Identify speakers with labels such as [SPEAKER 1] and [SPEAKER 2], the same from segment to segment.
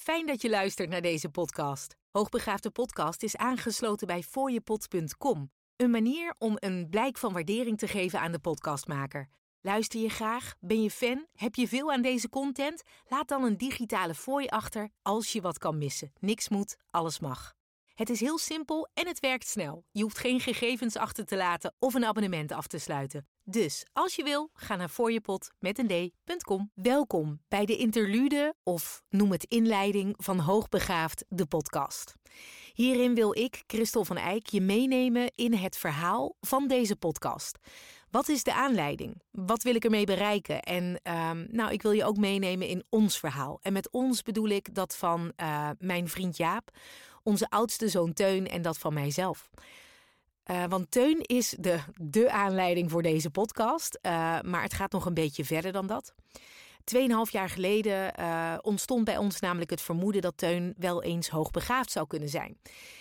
[SPEAKER 1] Fijn dat je luistert naar deze podcast. Hoogbegaafde podcast is aangesloten bij fooiepot.com. Een manier om een blijk van waardering te geven aan de podcastmaker. Luister je graag? Ben je fan? Heb je veel aan deze content? Laat dan een digitale fooi achter als je wat kan missen. Niks moet, alles mag. Het is heel simpel en het werkt snel. Je hoeft geen gegevens achter te laten of een abonnement af te sluiten. Dus als je wil, ga naar fooiepot.com. Welkom bij de interlude of noem het inleiding van Hoogbegaafd, de podcast. Hierin wil ik, Christel van Eyck, je meenemen in het verhaal van deze podcast. Wat is de aanleiding? Wat wil ik ermee bereiken? En ik wil je ook meenemen in ons verhaal. En met ons bedoel ik dat van mijn vriend Jaap, onze oudste zoon Teun en dat van mijzelf. Want Teun is de aanleiding voor deze podcast. Maar het gaat nog een beetje verder dan dat. 2,5 jaar geleden ontstond bij ons namelijk het vermoeden dat Teun wel eens hoogbegaafd zou kunnen zijn.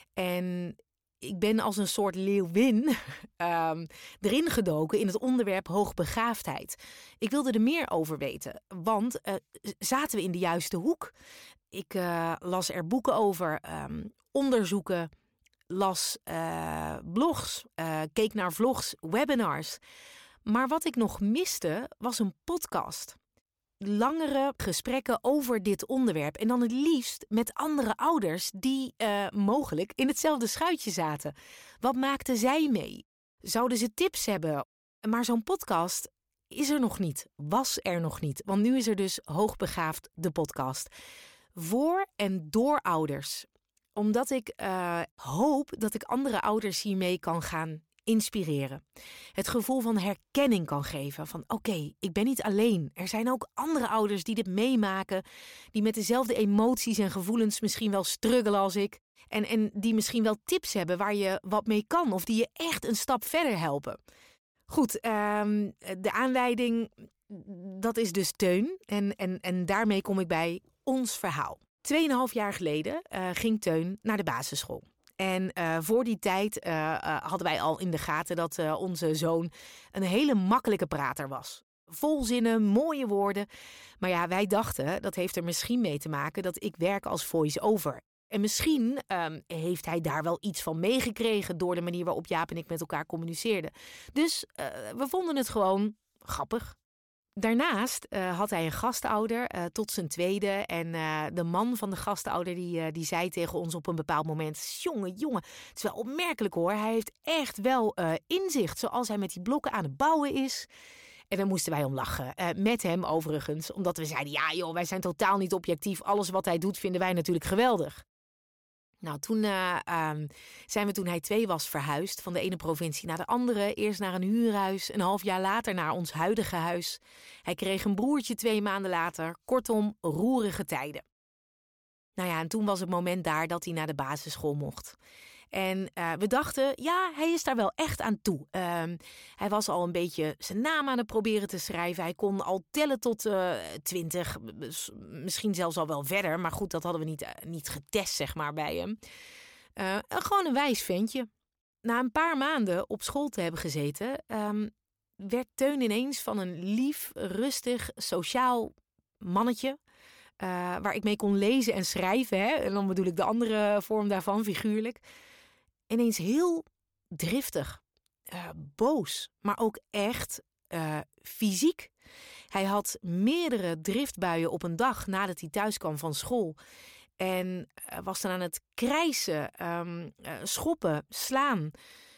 [SPEAKER 1] En ik ben als een soort leeuwin erin gedoken in het onderwerp hoogbegaafdheid. Ik wilde er meer over weten, want zaten we in de juiste hoek? Ik las er boeken over, onderzoeken, las blogs, keek naar vlogs, webinars. Maar wat ik nog miste was een podcast. Langere gesprekken over dit onderwerp. En dan het liefst met andere ouders die mogelijk in hetzelfde schuitje zaten. Wat maakten zij mee? Zouden ze tips hebben? Maar zo'n podcast is er nog niet. Was er nog niet. Want nu is er dus Hoogbegaafd, de podcast. Voor en door ouders. Omdat ik hoop dat ik andere ouders hiermee kan gaan inspireren. Het gevoel van herkenning kan geven. Van oké, ik ben niet alleen. Er zijn ook andere ouders die dit meemaken. Die met dezelfde emoties en gevoelens misschien wel struggelen als ik. En die misschien wel tips hebben waar je wat mee kan. Of die je echt een stap verder helpen. Goed, de aanleiding, dat is dus Teun. En daarmee kom ik bij ons verhaal. 2,5 jaar geleden ging Teun naar de basisschool. En voor die tijd hadden wij al in de gaten dat onze zoon een hele makkelijke prater was. Vol zinnen, mooie woorden. Maar ja, wij dachten, dat heeft er misschien mee te maken dat ik werk als voice-over. En misschien heeft hij daar wel iets van meegekregen door de manier waarop Jaap en ik met elkaar communiceerden. Dus we vonden het gewoon grappig. Daarnaast had hij een gastouder tot zijn tweede. En de man van de gastouder die zei tegen ons op een bepaald moment: jongen, het is wel opmerkelijk hoor. Hij heeft echt wel inzicht zoals hij met die blokken aan het bouwen is. En daar moesten wij om lachen. Met hem overigens. Omdat we zeiden, ja joh, wij zijn totaal niet objectief. Alles wat hij doet vinden wij natuurlijk geweldig. Nou, toen zijn we toen hij 2 was verhuisd van de ene provincie naar de andere. Eerst naar een huurhuis, 1,5 jaar later naar ons huidige huis. Hij kreeg een broertje 2 maanden later. Kortom, roerige tijden. Nou ja, en toen was het moment daar dat hij naar de basisschool mocht. En we dachten, ja, hij is daar wel echt aan toe. Hij was al een beetje zijn naam aan het proberen te schrijven. Hij kon al tellen tot 20, misschien zelfs al wel verder. Maar goed, dat hadden we niet getest, zeg maar, bij hem. Gewoon een wijs ventje. Na een paar maanden op school te hebben gezeten, werd Teun ineens van een lief, rustig, sociaal mannetje, waar ik mee kon lezen en schrijven, hè? En dan bedoel ik de andere vorm daarvan, figuurlijk, ineens heel driftig, boos, maar ook echt fysiek. Hij had meerdere driftbuien op een dag nadat hij thuis kwam van school. En was dan aan het krijsen, schoppen, slaan.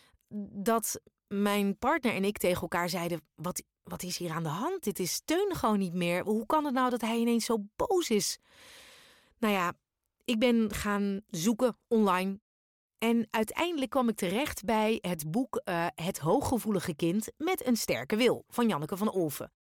[SPEAKER 1] Dat mijn partner en ik tegen elkaar zeiden: Wat is hier aan de hand? Dit is Teun gewoon niet meer. Hoe kan het nou dat hij ineens zo boos is? Nou ja, ik ben gaan zoeken online. En uiteindelijk kwam ik terecht bij het boek Het Hooggevoelige Kind met een sterke wil van Janneke van Olven.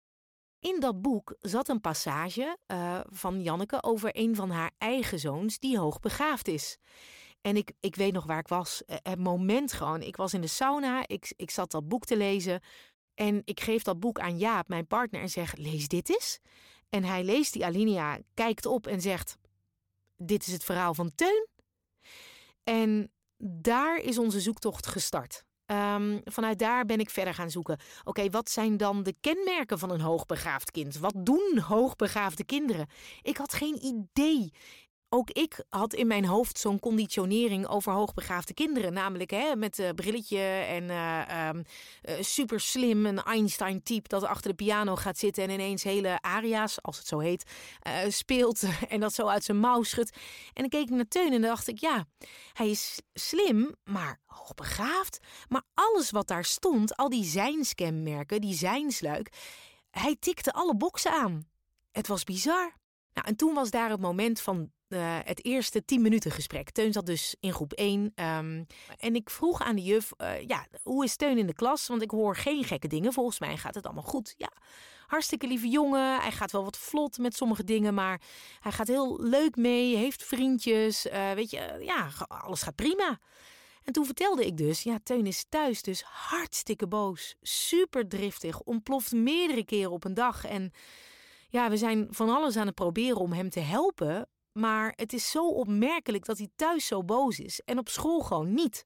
[SPEAKER 1] In dat boek zat een passage van Janneke over een van haar eigen zoons die hoogbegaafd is. En ik weet nog waar ik was. Het moment gewoon. Ik was in de sauna. Ik zat dat boek te lezen. En ik geef dat boek aan Jaap, mijn partner, en zeg: lees dit eens. En hij leest die alinea, kijkt op en zegt: dit is het verhaal van Teun. En daar is onze zoektocht gestart. Vanuit daar ben ik verder gaan zoeken. Oké, wat zijn dan de kenmerken van een hoogbegaafd kind? Wat doen hoogbegaafde kinderen? Ik had geen idee. Ook ik had in mijn hoofd zo'n conditionering over hoogbegaafde kinderen. Namelijk met brilletje en super slim. Een Einstein-type dat achter de piano gaat zitten en ineens hele aria's, als het zo heet, speelt. En dat zo uit zijn mouw schudt. En dan keek ik naar Teun en dacht ik, ja, hij is slim, maar hoogbegaafd. Maar alles wat daar stond, al die zijnskenmerken, die zijnsluik, hij tikte alle boksen aan. Het was bizar. Nou, en toen was daar het moment van het eerste 10 minuten gesprek. Teun zat dus in groep 1. En ik vroeg aan de juf, hoe is Teun in de klas? Want ik hoor geen gekke dingen. Volgens mij gaat het allemaal goed. Ja, hartstikke lieve jongen. Hij gaat wel wat vlot met sommige dingen, maar hij gaat heel leuk mee. Heeft vriendjes. Alles gaat prima. En toen vertelde ik dus, Teun is thuis dus hartstikke boos. Super driftig. Ontploft meerdere keren op een dag. En ja, we zijn van alles aan het proberen om hem te helpen. Maar het is zo opmerkelijk dat hij thuis zo boos is. En op school gewoon niet.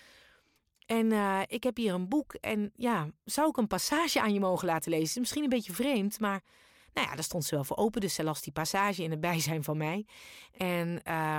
[SPEAKER 1] En ik heb hier een boek. En ja, zou ik een passage aan je mogen laten lezen? Misschien een beetje vreemd, maar daar stond ze wel voor open. Dus ze las die passage in het bijzijn van mij. En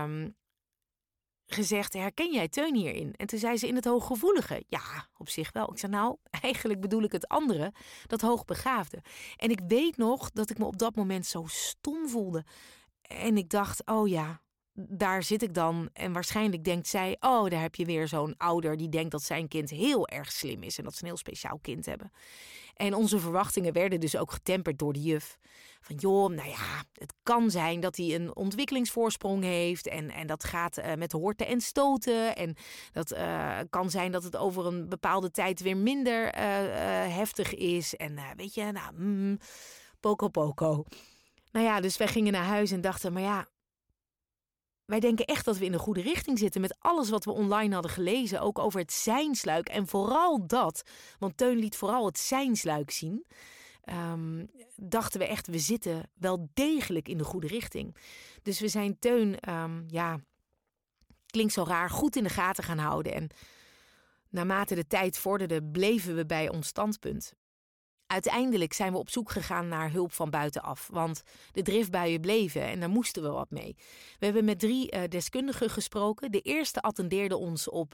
[SPEAKER 1] gezegd, herken jij Teun hierin? En toen zei ze in het hooggevoelige. Ja, op zich wel. Ik zei, eigenlijk bedoel ik het andere, dat hoogbegaafde. En ik weet nog dat ik me op dat moment zo stom voelde. En ik dacht, daar zit ik dan. En waarschijnlijk denkt zij, daar heb je weer zo'n ouder die denkt dat zijn kind heel erg slim is en dat ze een heel speciaal kind hebben. En onze verwachtingen werden dus ook getemperd door de juf. Van het kan zijn dat hij een ontwikkelingsvoorsprong heeft en dat gaat met horten en stoten. En dat kan zijn dat het over een bepaalde tijd weer minder heftig is. En poko. Dus wij gingen naar huis en dachten, wij denken echt dat we in de goede richting zitten met alles wat we online hadden gelezen. Ook over het zijnsluik en vooral dat, want Teun liet vooral het zijnsluik zien. Dachten we echt, we zitten wel degelijk in de goede richting. Dus we zijn Teun, klinkt zo raar, goed in de gaten gaan houden. En naarmate de tijd vorderde, bleven we bij ons standpunt. Uiteindelijk zijn we op zoek gegaan naar hulp van buitenaf. Want de driftbuien bleven en daar moesten we wat mee. We hebben met 3 deskundigen gesproken. De eerste attendeerde ons op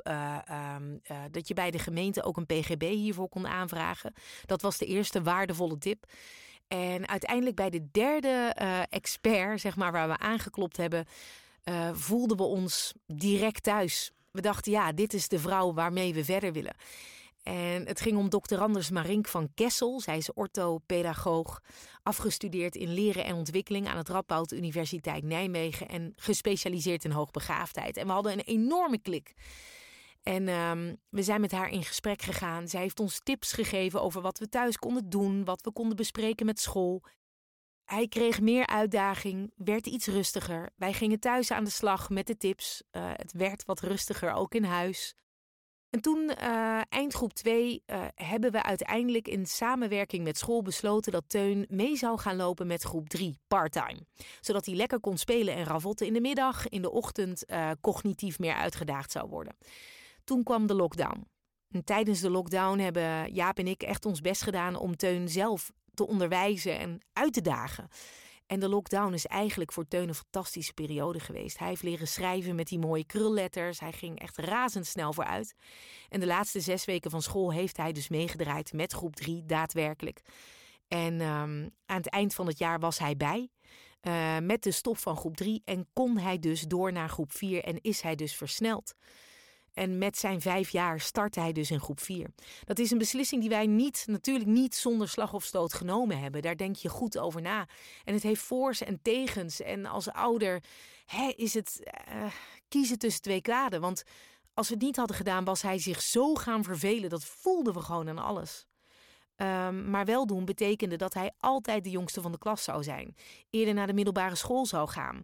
[SPEAKER 1] dat je bij de gemeente ook een PGB hiervoor kon aanvragen. Dat was de eerste waardevolle tip. En uiteindelijk bij de derde expert, waar we aangeklopt hebben, voelden we ons direct thuis. We dachten, dit is de vrouw waarmee we verder willen. En het ging om dokter Anders Marink van Kessel. Zij is orthopedagoog, afgestudeerd in leren en ontwikkeling aan het Radboud Universiteit Nijmegen en gespecialiseerd in hoogbegaafdheid. En we hadden een enorme klik. En we zijn met haar in gesprek gegaan. Zij heeft ons tips gegeven over wat we thuis konden doen, wat we konden bespreken met school. Hij kreeg meer uitdaging, werd iets rustiger. Wij gingen thuis aan de slag met de tips. Het werd wat rustiger, ook in huis. En toen, eind groep 2, hebben we uiteindelijk in samenwerking met school besloten dat Teun mee zou gaan lopen met groep 3, parttime. Zodat hij lekker kon spelen en ravotten in de middag, in de ochtend cognitief meer uitgedaagd zou worden. Toen kwam de lockdown. En tijdens de lockdown hebben Jaap en ik echt ons best gedaan om Teun zelf te onderwijzen en uit te dagen. En de lockdown is eigenlijk voor Teun een fantastische periode geweest. Hij heeft leren schrijven met die mooie krulletters. Hij ging echt razendsnel vooruit. En de laatste 6 weken van school heeft hij dus meegedraaid met groep 3 daadwerkelijk. En aan het eind van het jaar was hij bij met de stop van groep 3 en kon hij dus door naar groep 4 en is hij dus versneld. En met zijn 5 jaar startte hij dus in groep 4. Dat is een beslissing die wij natuurlijk niet zonder slag of stoot genomen hebben. Daar denk je goed over na. En het heeft voor's en tegens. En als ouder is het kiezen tussen 2 kwaden. Want als we het niet hadden gedaan, was hij zich zo gaan vervelen. Dat voelden we gewoon aan alles. Maar wel doen betekende dat hij altijd de jongste van de klas zou zijn. Eerder naar de middelbare school zou gaan.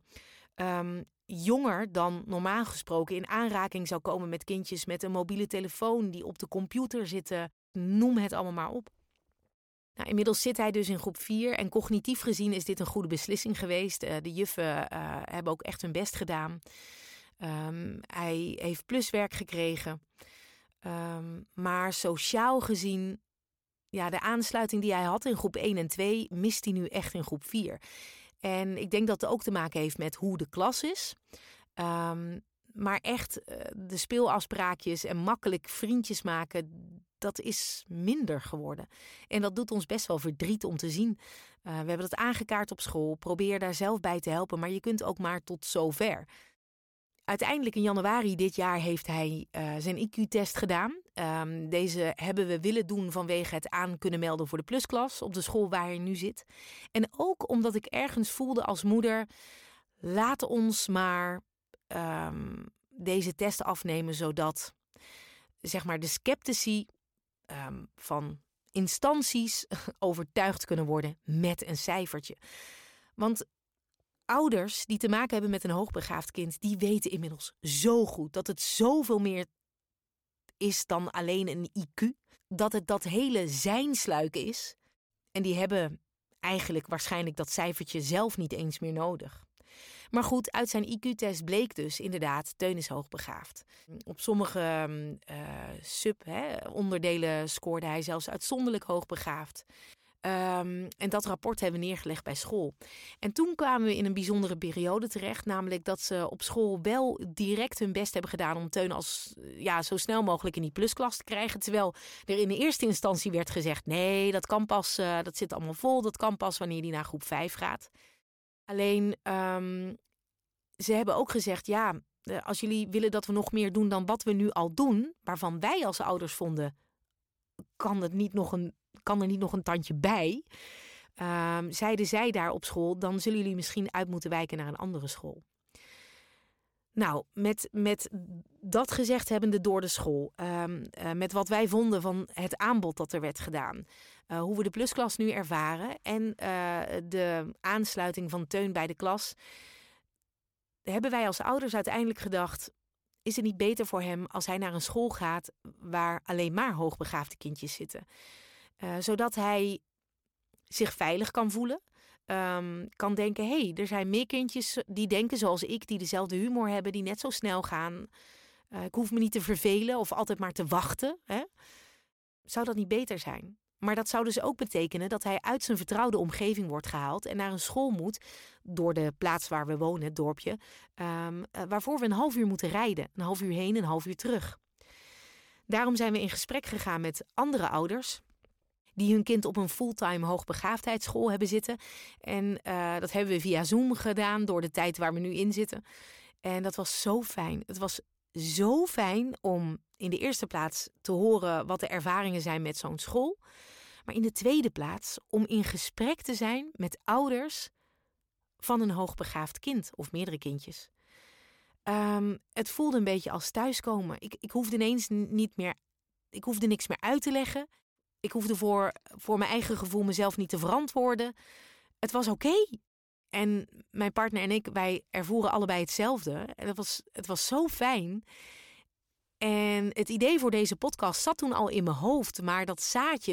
[SPEAKER 1] Jonger dan normaal gesproken in aanraking zou komen met kindjes met een mobiele telefoon die op de computer zitten. Noem het allemaal maar op. Nou, inmiddels zit hij dus in groep 4 en cognitief gezien is dit een goede beslissing geweest. De juffen hebben ook echt hun best gedaan. Hij heeft pluswerk gekregen. Maar sociaal gezien, ja, de aansluiting die hij had in groep 1 en 2... mist hij nu echt in groep 4. En ik denk dat het ook te maken heeft met hoe de klas is. Maar echt de speelafspraakjes en makkelijk vriendjes maken, dat is minder geworden. En dat doet ons best wel verdriet om te zien. We hebben dat aangekaart op school. Probeer daar zelf bij te helpen, maar je kunt ook maar tot zover. Uiteindelijk in januari dit jaar heeft hij zijn IQ-test gedaan. Deze hebben we willen doen vanwege het aan kunnen melden voor de plusklas op de school waar hij nu zit. En ook omdat ik ergens voelde als moeder, laat ons maar deze test afnemen, zodat zeg maar de sceptici van instanties overtuigd kunnen worden met een cijfertje. Want ouders die te maken hebben met een hoogbegaafd kind, die weten inmiddels zo goed dat het zoveel meer is dan alleen een IQ. Dat het dat hele zijnsluiken is. En die hebben eigenlijk waarschijnlijk dat cijfertje zelf niet eens meer nodig. Maar goed, uit zijn IQ-test bleek dus inderdaad, Teun is hoogbegaafd. Op sommige onderdelen scoorde hij zelfs uitzonderlijk hoogbegaafd. En dat rapport hebben we neergelegd bij school. En toen kwamen we in een bijzondere periode terecht. Namelijk dat ze op school wel direct hun best hebben gedaan om Teun zo snel mogelijk in die plusklas te krijgen. Terwijl er in de eerste instantie werd gezegd, nee, dat kan pas, dat zit allemaal vol. Dat kan pas wanneer die naar groep 5 gaat. Alleen, ze hebben ook gezegd, ja, als jullie willen dat we nog meer doen dan wat we nu al doen, waarvan wij als ouders vonden, kan er niet nog een tandje bij, zeiden zij daar op school, dan zullen jullie misschien uit moeten wijken naar een andere school. Nou, met dat gezegd hebbende door de school, met wat wij vonden van het aanbod dat er werd gedaan, hoe we de plusklas nu ervaren en de aansluiting van Teun bij de klas, hebben wij als ouders uiteindelijk gedacht, is het niet beter voor hem als hij naar een school gaat waar alleen maar hoogbegaafde kindjes zitten? Zodat hij zich veilig kan voelen. Kan denken, hey, er zijn meer kindjes die denken zoals ik, die dezelfde humor hebben, die net zo snel gaan. Ik hoef me niet te vervelen of altijd maar te wachten. Hè? Zou dat niet beter zijn? Maar dat zou dus ook betekenen dat hij uit zijn vertrouwde omgeving wordt gehaald en naar een school moet, door de plaats waar we wonen, het dorpje, waarvoor we een half uur moeten rijden. Een half uur heen, een half uur terug. Daarom zijn we in gesprek gegaan met andere ouders die hun kind op een fulltime hoogbegaafdheidsschool hebben zitten. En dat hebben we via Zoom gedaan door de tijd waar we nu in zitten. En dat was zo fijn. Het was zo fijn om in de eerste plaats te horen wat de ervaringen zijn met zo'n school. Maar in de tweede plaats om in gesprek te zijn met ouders van een hoogbegaafd kind of meerdere kindjes. Het voelde een beetje als thuiskomen. Ik hoefde ineens ik hoefde niks meer uit te leggen. Ik hoefde voor mijn eigen gevoel mezelf niet te verantwoorden. Het was oké. En mijn partner en ik, wij ervoeren allebei hetzelfde. En het was zo fijn. En het idee voor deze podcast zat toen al in mijn hoofd. Maar dat zaadje,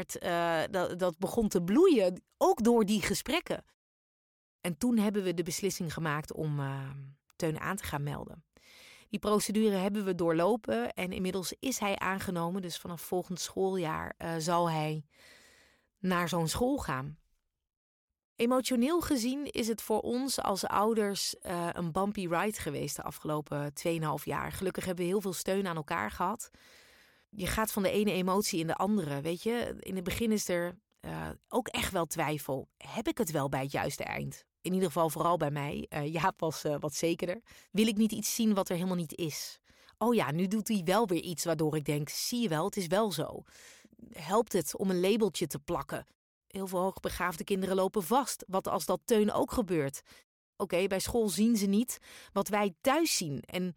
[SPEAKER 1] dat begon te bloeien. Ook door die gesprekken. En toen hebben we de beslissing gemaakt om Teun aan te gaan melden. Die procedure hebben we doorlopen en inmiddels is hij aangenomen. Dus vanaf volgend schooljaar zal hij naar zo'n school gaan. Emotioneel gezien is het voor ons als ouders een bumpy ride geweest de afgelopen 2,5 jaar. Gelukkig hebben we heel veel steun aan elkaar gehad. Je gaat van de ene emotie in de andere, weet je. In het begin is er ook echt wel twijfel. Heb ik het wel bij het juiste eind? In ieder geval vooral bij mij. Jaap was wat zekerder. Wil ik niet iets zien wat er helemaal niet is? Oh ja, nu doet hij wel weer iets waardoor ik denk, zie je wel, het is wel zo. Helpt het om een labeltje te plakken? Heel veel hoogbegaafde kinderen lopen vast. Wat als dat Teun ook gebeurt? Oké, bij school zien ze niet wat wij thuis zien. En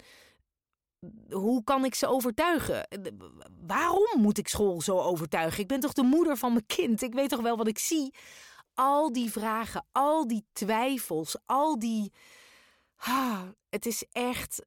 [SPEAKER 1] hoe kan ik ze overtuigen? Waarom moet ik school zo overtuigen? Ik ben toch de moeder van mijn kind? Ik weet toch wel wat ik zie? Al die vragen, al die twijfels, al die... het is echt...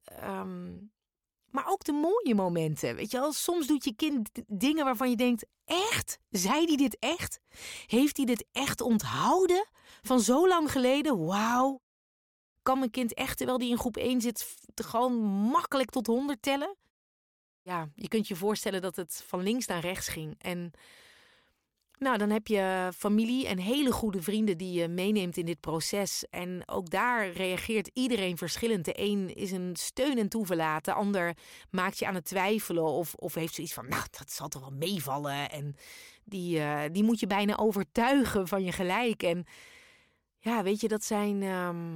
[SPEAKER 1] Maar ook de mooie momenten, weet je wel. Soms doet je kind dingen waarvan je denkt, echt? Zei hij dit echt? Heeft hij dit echt onthouden? Van zo lang geleden? Wauw. Kan mijn kind echt, terwijl hij in groep 1 zit, gewoon makkelijk tot 100 tellen? ja, je kunt je voorstellen dat het van links naar rechts ging. En nou, dan heb je familie en hele goede vrienden die je meeneemt in dit proces. En ook daar reageert iedereen verschillend. De een is een steun en toeverlaat. De ander maakt je aan het twijfelen of heeft zoiets van, nou, dat zal toch wel meevallen. En die moet je bijna overtuigen van je gelijk. En ja, weet je, dat zijn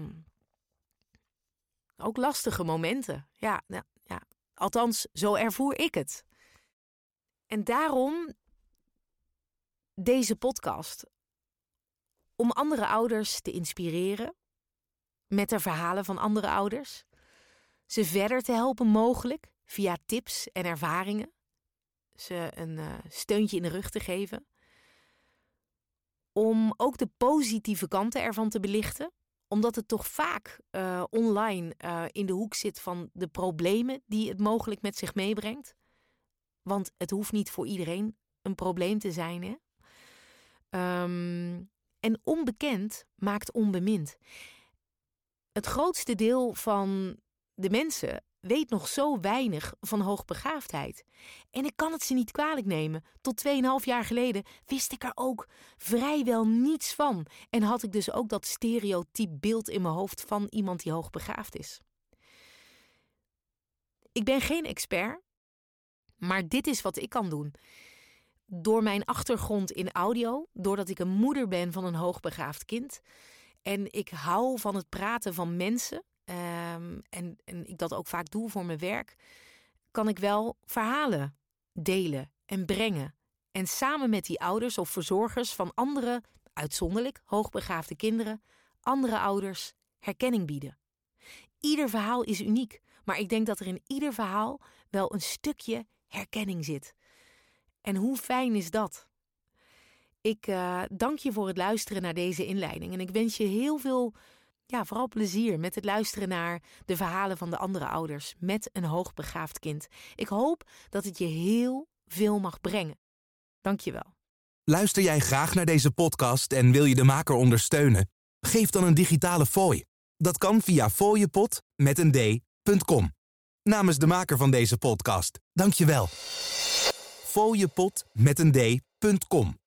[SPEAKER 1] ook lastige momenten. Ja, nou, ja, althans, zo ervoer ik het. En daarom deze podcast. Om andere ouders te inspireren met de verhalen van andere ouders. Ze verder te helpen mogelijk via tips en ervaringen. Ze een steuntje in de rug te geven. Om ook de positieve kanten ervan te belichten. Omdat het toch vaak online in de hoek zit van de problemen die het mogelijk met zich meebrengt. Want het hoeft niet voor iedereen een probleem te zijn, hè? En onbekend maakt onbemind. Het grootste deel van de mensen weet nog zo weinig van hoogbegaafdheid. En ik kan het ze niet kwalijk nemen. Tot 2,5 jaar geleden wist ik er ook vrijwel niets van. En had ik dus ook dat stereotype beeld in mijn hoofd van iemand die hoogbegaafd is. Ik ben geen expert, maar dit is wat ik kan doen. Door mijn achtergrond in audio, doordat ik een moeder ben van een hoogbegaafd kind. En ik hou van het praten van mensen. En ik dat ook vaak doe voor mijn werk. Kan ik wel verhalen delen en brengen. En samen met die ouders of verzorgers van andere, uitzonderlijk hoogbegaafde kinderen, andere ouders herkenning bieden. Ieder verhaal is uniek. Maar ik denk dat er in ieder verhaal wel een stukje herkenning zit. En hoe fijn is dat? Ik dank je voor het luisteren naar deze inleiding. En ik wens je heel veel, vooral plezier met het luisteren naar de verhalen van de andere ouders met een hoogbegaafd kind. Ik hoop dat het je heel veel mag brengen. Dank je wel.
[SPEAKER 2] Luister jij graag naar deze podcast en wil je de maker ondersteunen? Geef dan een digitale fooi. Dat kan via fooiepot.com. Namens de maker van deze podcast, dank je wel. fooiepot.com